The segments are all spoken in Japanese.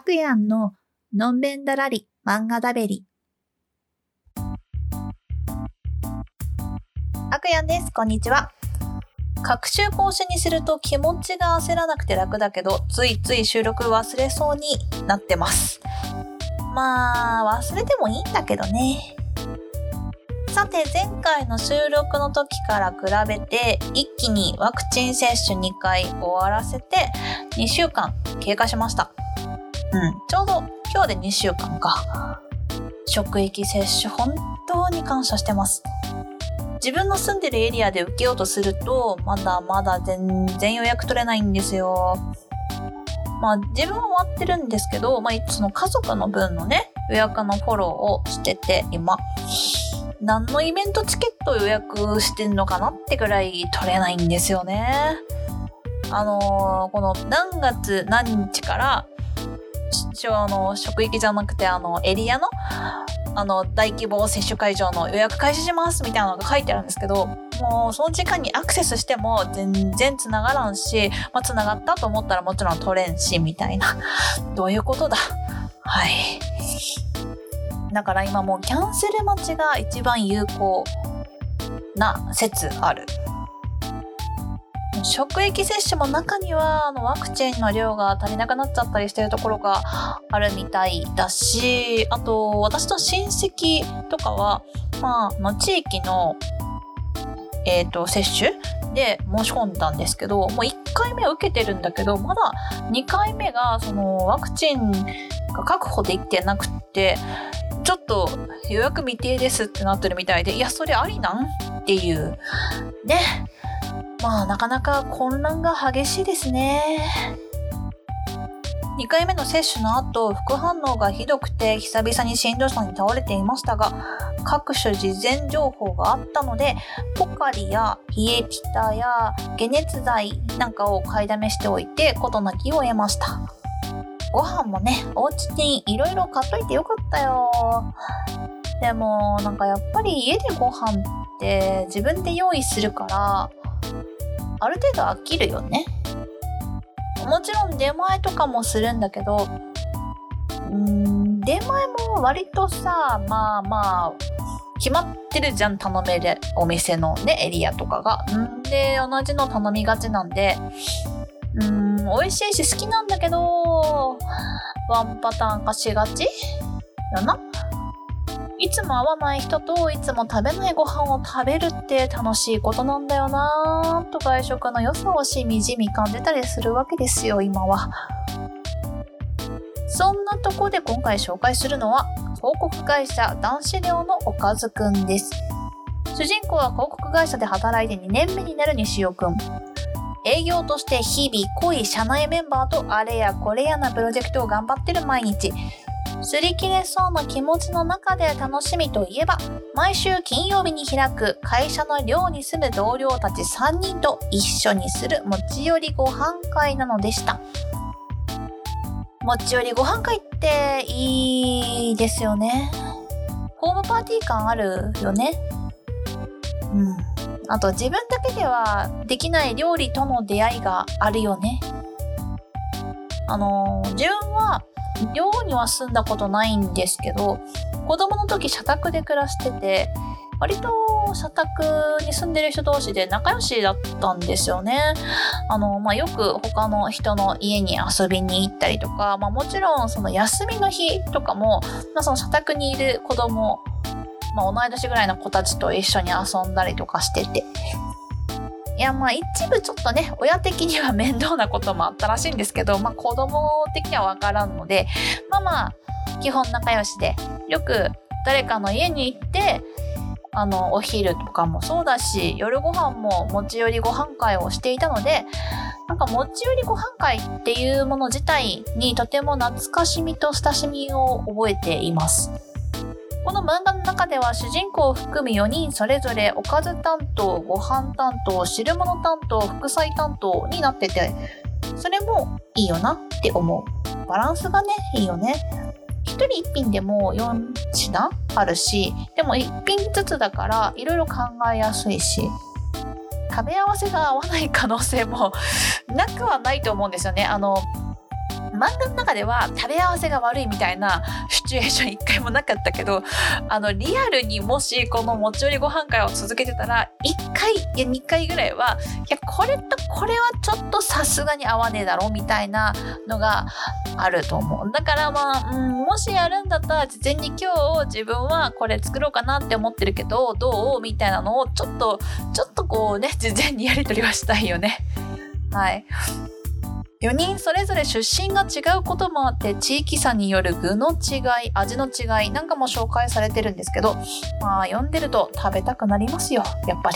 くやんののんべんだらり漫画だべり。あくやんです。こんにちは。各週更新にすると気持ちが焦らなくて楽だけど、ついつい収録忘れそうになってます。まあ忘れてもいいんだけどね。さて、前回の収録の時から比べて一気にワクチン接種2回終わらせて2週間経過しました。ちょうど今日で2週間か。職域接種本当に感謝してます。自分の住んでるエリアで受けようとするとまだまだ全然予約取れないんですよ。自分は終わってるんですけど、その家族の分のね予約のフォローをしてて、今何のイベントチケットを予約してんのかなってぐらい取れないんですよね。この何月何日から職域じゃなくてエリアの大規模接種会場の予約開始しますみたいなのが書いてあるんですけど、もうその時間にアクセスしても全然繋がらんし、繋がったと思ったらもちろん取れんしみたいな。どういうことだ。はい。だから今もうキャンセル待ちが一番有効な説ある。職域接種も中にはワクチンの量が足りなくなっちゃったりしてるところがあるみたいだし、あと私の親戚とかは地域の接種で申し込んだんですけど、もう1回目は受けてるんだけど、まだ2回目がそのワクチンが確保できてなくて、ちょっと予約未定ですってなってるみたいで、いやそれありなんっていうね。なかなか混乱が激しいですね。2回目の接種の後、副反応がひどくて久々に診療所に倒れていましたが、各種事前情報があったので、ポカリや冷えピタや解熱剤なんかを買いだめしておいて事なきを得ました。ご飯もね、お家にいろいろ買っといてよかったよ。でもやっぱり家でご飯って自分で用意するからある程度飽きるよね。もちろん出前とかもするんだけど、出前も割とさ、決まってるじゃん、頼めるお店のねエリアとかが。で同じの頼みがちなんで、美味しいし好きなんだけど、ワンパターン化しがちだな。いつも会わない人といつも食べないご飯を食べるって楽しいことなんだよなぁと、外食の良さをしみじみ感じたりするわけですよ、今は。そんなとこで今回紹介するのは広告会社男子寮のおかずくんです。主人公は広告会社で働いて2年目になる西尾くん。営業として日々濃い社内メンバーとあれやこれやなプロジェクトを頑張ってる毎日。擦り切れそうな気持ちの中で楽しみといえば、毎週金曜日に開く会社の寮に住む同僚たち3人と一緒にする持ち寄りご飯会なのでした。持ち寄りご飯会っていいですよね。ホームパーティー感あるよね。あと自分だけではできない料理との出会いがあるよね。自分は寮には住んだことないんですけど、子供の時社宅で暮らしてて、割と社宅に住んでる人同士で仲良しだったんですよね。よく他の人の家に遊びに行ったりとか、もちろんその休みの日とかも、その社宅にいる子供、同い年ぐらいの子たちと一緒に遊んだりとかしてて、いや一部ちょっとね親的には面倒なこともあったらしいんですけど、子供的にはわからんので、基本仲良しで、よく誰かの家に行ってお昼とかもそうだし、夜ご飯も持ち寄りご飯会をしていたので、持ち寄りご飯会っていうもの自体にとても懐かしみと親しみを覚えています。この漫画の中では主人公を含む4人それぞれおかず担当、ご飯担当、汁物担当、副菜担当になってて、それもいいよなって思う。バランスがねいいよね。1人1品でも4品あるし、でも1品ずつだからいろいろ考えやすいし、食べ合わせが合わない可能性もなくはないと思うんですよね。 漫画の中では食べ合わせが悪いみたいなシチュエーション一回もなかったけど、リアルにもしこの持ち寄りご飯会を続けてたら1回や2回ぐらいは、いやこれとこれはちょっとさすがに合わねえだろみたいなのがあると思う。だからもしやるんだったら事前に今日自分はこれ作ろうかなって思ってるけどどうみたいなのをちょっとこうね、事前にやり取りはしたいよね。はい。4人それぞれ出身が違うこともあって地域差による具の違い、味の違いなんかも紹介されてるんですけど、読んでると食べたくなりますよ、やっぱり。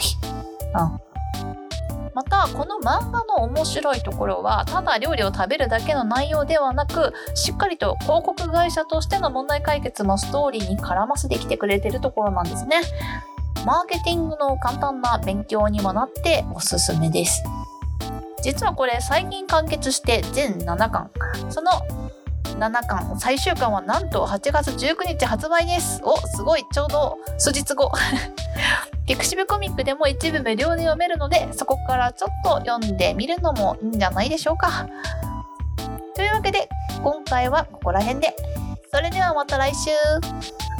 またこの漫画の面白いところは、ただ料理を食べるだけの内容ではなく、しっかりと広告会社としての問題解決もストーリーに絡ませてきてくれてるところなんですね。マーケティングの簡単な勉強にもなっておすすめです。実はこれ最近完結して全7巻。その7巻最終巻はなんと8月19日発売です。すごい、ちょうど数日後ピクシブコミックでも一部無料で読めるので、そこからちょっと読んでみるのもいいんじゃないでしょうか。というわけで今回はここら辺で。それではまた来週。